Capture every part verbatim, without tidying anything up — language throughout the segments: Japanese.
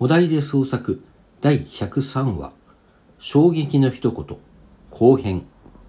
お題で創作だいひゃくさんわ衝撃の一言後編。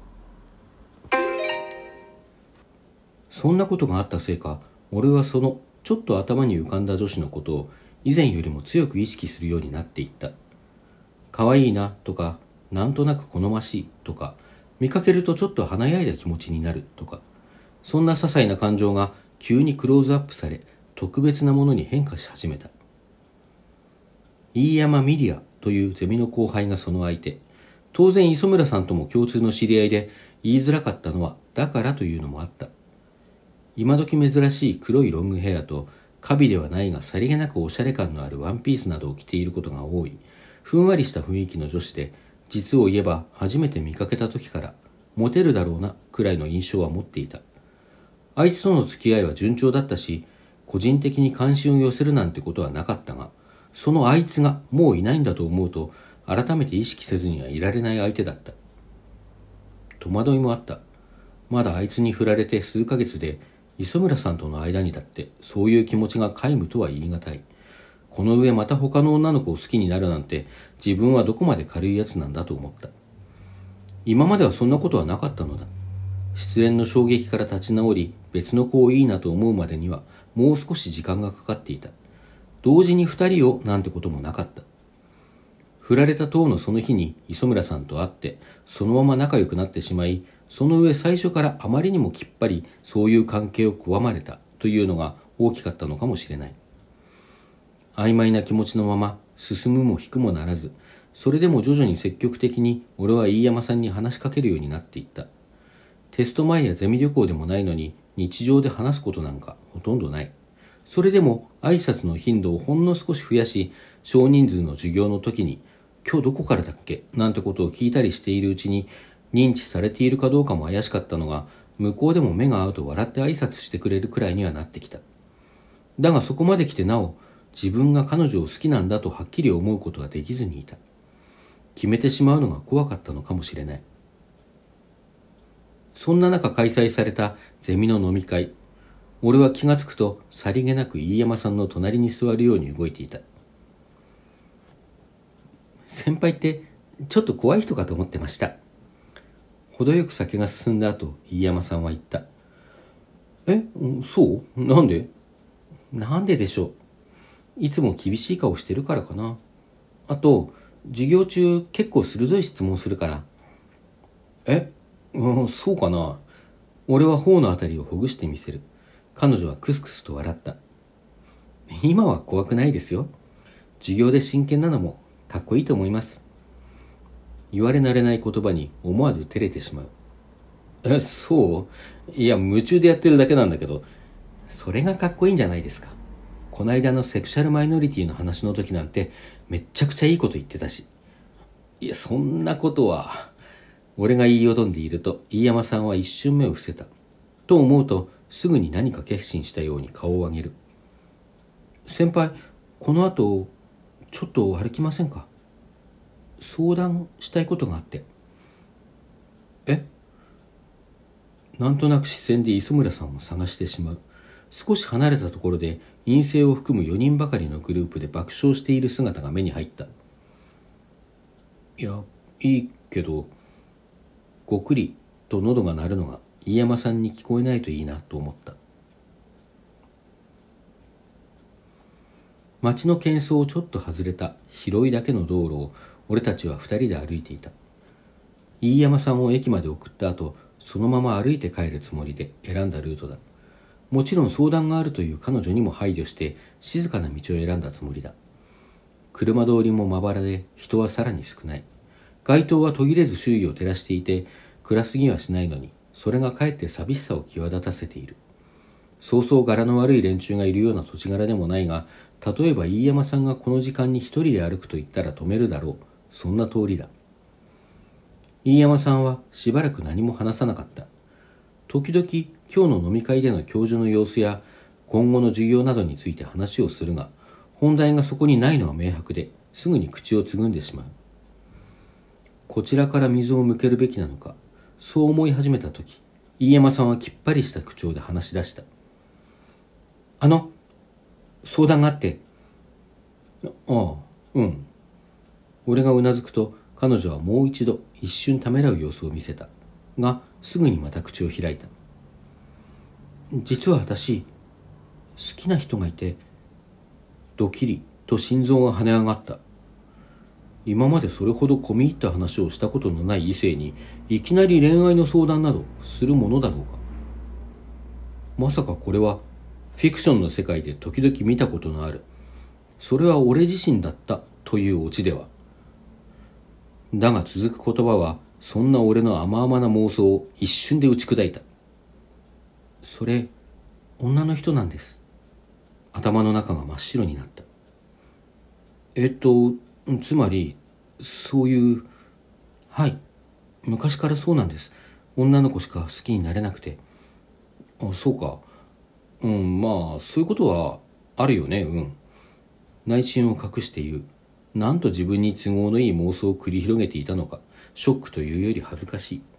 そんなことがあったせいか、俺はそのちょっと頭に浮かんだ女子のことを以前よりも強く意識するようになっていった。可愛いなとか、なんとなく好ましいとか、見かけるとちょっと華やいだ気持ちになるとか、そんな些細な感情が急にクローズアップされ、特別なものに変化し始めた。飯山ミリアというゼミの後輩がその相手。当然磯村さんとも共通の知り合いで、言いづらかったのはだからというのもあった。今時珍しい黒いロングヘアと、華美ではないがさりげなくおしゃれ感のあるワンピースなどを着ていることが多い、ふんわりした雰囲気の女子で、実を言えば初めて見かけた時から、モテるだろうなくらいの印象は持っていた。あいつとの付き合いは順調だったし、個人的に関心を寄せるなんてことはなかったが、そのあいつがもういないんだと思うと、改めて意識せずにはいられない相手だった。戸惑いもあった。まだあいつに振られて数ヶ月で、磯村さんとの間にだってそういう気持ちが皆無とは言い難い。この上また他の女の子を好きになるなんて、自分はどこまで軽いやつなんだと思った。今まではそんなことはなかったのだ。失恋の衝撃から立ち直り、別の子をいいなと思うまでにはもう少し時間がかかっていた。同時に二人をなんてこともなかった。振られた当のその日に磯村さんと会って、そのまま仲良くなってしまい、その上最初からあまりにもきっぱりそういう関係を拒まれたというのが大きかったのかもしれない。曖昧な気持ちのまま進むも引くもならず、それでも徐々に積極的に俺は飯山さんに話しかけるようになっていった。テスト前やゼミ旅行でもないのに、日常で話すことなんかほとんどない。それでも挨拶の頻度をほんの少し増やし、少人数の授業の時に今日どこからだっけなんてことを聞いたりしているうちに、認知されているかどうかも怪しかったのが、向こうでも目が合うと笑って挨拶してくれるくらいにはなってきた。だがそこまで来てなお、自分が彼女を好きなんだとはっきり思うことができずにいた。決めてしまうのが怖かったのかもしれない。そんな中開催されたゼミの飲み会。俺は気がつくとさりげなく飯山さんの隣に座るように動いていた。先輩ってちょっと怖い人かと思ってました。程よく酒が進んだ後、飯山さんは言った。え、そう？なんで？なんででしょう。いつも厳しい顔してるからかな。あと、授業中結構鋭い質問するから。え、うん、そうかな。俺は頬のあたりをほぐしてみせる。彼女はクスクスと笑った。今は怖くないですよ。授業で真剣なのもかっこいいと思います。言われ慣れない言葉に思わず照れてしまう。え、そう？いや、夢中でやってるだけなんだけど。それがかっこいいんじゃないですか。こないだのセクシャルマイノリティの話の時なんてめっちゃくちゃいいこと言ってたし。いや、そんなことは。俺が言いよどんでいると飯山さんは一瞬目を伏せた。と思うとすぐに何か決心したように顔を上げる。先輩、この後ちょっと歩きませんか？相談したいことがあって。え？なんとなく視線で磯村さんを探してしまう。少し離れたところで陰性を含むよにんばかりのグループで爆笑している姿が目に入った。いや、いいけど、ごくりと喉が鳴るのが飯山さんに聞こえないといいなと思った。街の喧騒をちょっと外れた広いだけの道路を俺たちは二人で歩いていた。飯山さんを駅まで送った後、そのまま歩いて帰るつもりで選んだルートだ。もちろん相談があるという彼女にも配慮して静かな道を選んだつもりだ。車通りもまばらで人はさらに少ない。街灯は途切れず周囲を照らしていて、暗すぎはしないのに、それがかえって寂しさを際立たせている。そうそう柄の悪い連中がいるような土地柄でもないが、例えば飯山さんがこの時間に一人で歩くと言ったら止めるだろう。そんな通りだ。飯山さんはしばらく何も話さなかった。時々今日の飲み会での教授の様子や今後の授業などについて話をするが、本題がそこにないのは明白で、すぐに口をつぐんでしまう。こちらから水を向けるべきなのか、そう思い始めたとき、飯山さんはきっぱりした口調で話し出した。あの、相談があって。 ああ、うん。俺がうなずくと、彼女はもう一度一瞬ためらう様子を見せた。が、すぐにまた口を開いた。実は私、好きな人がいて、ドキリと心臓が跳ね上がった。今までそれほど込み入った話をしたことのない異性に、いきなり恋愛の相談などするものだろうか。まさかこれは、フィクションの世界で時々見たことのある、それは俺自身だったというオチでは。だが続く言葉は、そんな俺の甘々な妄想を一瞬で打ち砕いた。それ、女の人なんです。頭の中が真っ白になった。えっと、つまり、そういう、はい、昔からそうなんです。女の子しか好きになれなくて。あ、そうか。うん、まあ、そういうことはあるよね、うん。内心を隠して言う。なんと自分に都合のいい妄想を繰り広げていたのか、ショックというより恥ずかしい。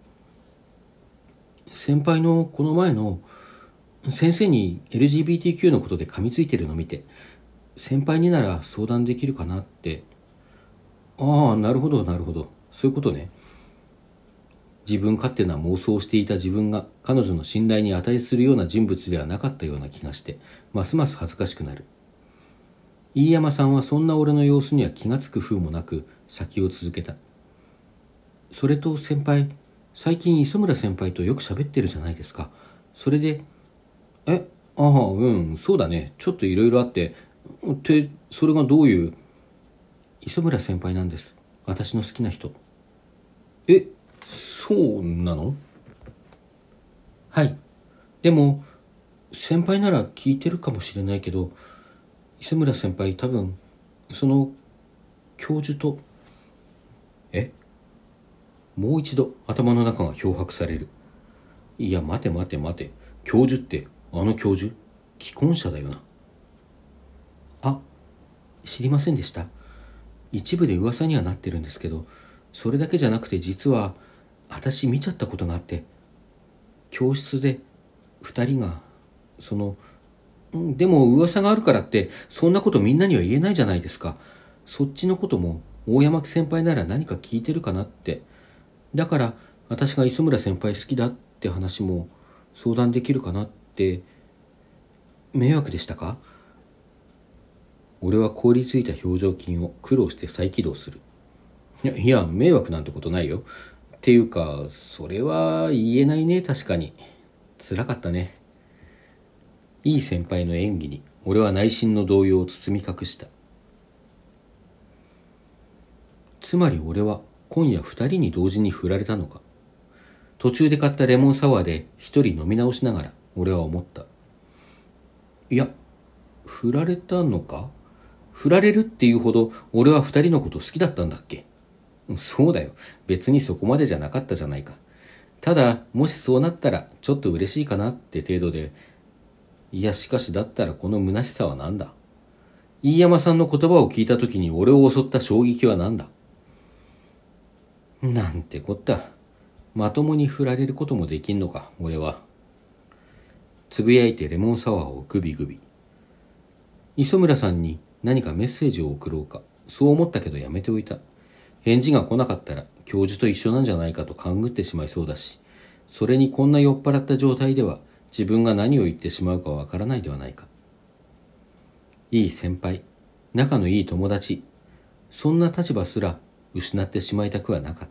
先輩のこの前の、先生に エルジービーティーキュー のことで噛みついてるの見て、先輩になら相談できるかなって。ああ、なるほどなるほど、そういうことね。自分勝手な妄想をしていた自分が彼女の信頼に値するような人物ではなかったような気がして、ますます恥ずかしくなる。飯山さんはそんな俺の様子には気がつく風もなく先を続けた。それと先輩、最近磯村先輩とよく喋ってるじゃないですか。それで、え、ああ、うん、そうだね。ちょっといろいろあって、って、それがどういう。磯村先輩なんです。私の好きな人。え、そうなの？はい。でも、先輩なら聞いてるかもしれないけど、磯村先輩多分、その、教授と。え？もう一度頭の中が漂白される。いや、待て待て待て。教授って、あの教授？既婚者だよな。あ、知りませんでした。一部で噂にはなってるんですけど、それだけじゃなくて実は私見ちゃったことがあって、教室で二人が、その、でも噂があるからってそんなことみんなには言えないじゃないですか。そっちのことも大山先輩なら何か聞いてるかなって。だから私が磯村先輩好きだって話も相談できるかなって。迷惑でしたか？俺は凍りついた表情筋を苦労して再起動する。いや、いや、迷惑なんてことないよ。っていうか、それは言えないね、確かに。辛かったね。いい先輩の演技に、俺は内心の動揺を包み隠した。つまり俺は今夜二人に同時に振られたのか。途中で買ったレモンサワーで一人飲み直しながら俺は思った。いや、振られたのか？振られるっていうほど俺は二人のこと好きだったんだっけ？そうだよ。別にそこまでじゃなかったじゃないか。ただ、もしそうなったらちょっと嬉しいかなって程度で。いや、しかしだったらこの虚しさは何だ？飯山さんの言葉を聞いた時に俺を襲った衝撃は何だ？なんてこった。まともに振られることもできんのか、俺は。つぶやいてレモンサワーをグビグビ。磯村さんに何かメッセージを送ろうか、そう思ったけどやめておいた。返事が来なかったら教授と一緒なんじゃないかと勘ぐってしまいそうだし、それにこんな酔っ払った状態では自分が何を言ってしまうかわからないではないか。いい先輩、仲のいい友達、そんな立場すら失ってしまいたくはなかった。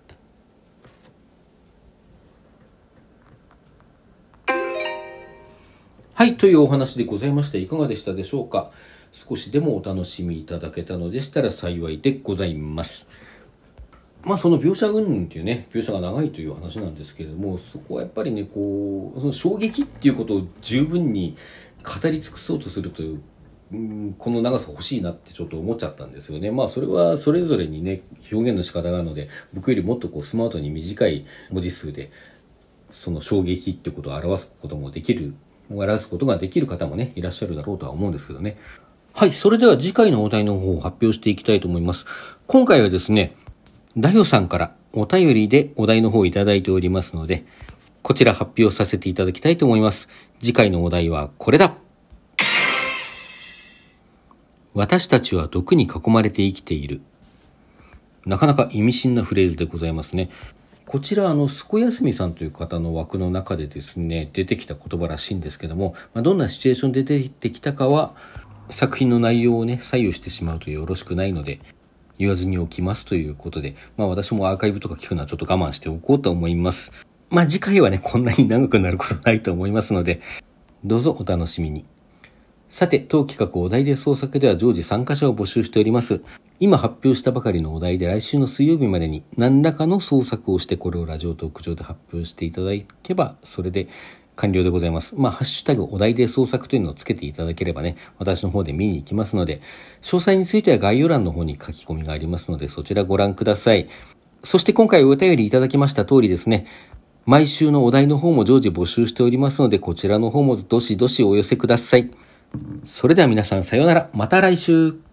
はい、というお話でございました。いかがでしたでしょうか。少しでもお楽しみいただけたのでしたら幸いでございます。まあその描写云々っていうね、描写が長いという話なんですけれども、そこはやっぱりね、こう、その衝撃っていうことを十分に語り尽くそうとするという、うん、この長さ欲しいなってちょっと思っちゃったんですよね。まあそれはそれぞれにね、表現の仕方があるので、僕よりもっとこうスマートに短い文字数で、その衝撃っていうことを表すこともできる、表すことができる方もね、いらっしゃるだろうとは思うんですけどね。はい、それでは次回のお題の方を発表していきたいと思います。今回はですね、ダヨさんからお便りでお題の方をいただいておりますので、こちら発表させていただきたいと思います。次回のお題はこれだ。 私たちは毒に囲まれて生きている。なかなか意味深なフレーズでございますね。こちらあのすこやすみさんという方の枠の中でですね出てきた言葉らしいんですけども、まあ、どんなシチュエーションで出てきたかは作品の内容をね左右してしまうとよろしくないので言わずにおきますということで、まあ私もアーカイブとか聞くのはちょっと我慢しておこうと思います。まあ次回はねこんなに長くなることないと思いますのでどうぞお楽しみに。さて、当企画お題で創作では常時参加者を募集しております。今発表したばかりのお題で来週の水曜日までに何らかの創作をしてこれをラジオトーク上で発表していただけばそれで完了でございます。まあ、ハッシュタグお題で創作というのをつけていただければね、私の方で見に行きますので、詳細については概要欄の方に書き込みがありますので、そちらご覧ください。そして今回お便りいただきました通りですね、毎週のお題の方も常時募集しておりますので、こちらの方もどしどしお寄せください。それでは皆さんさようなら。また来週。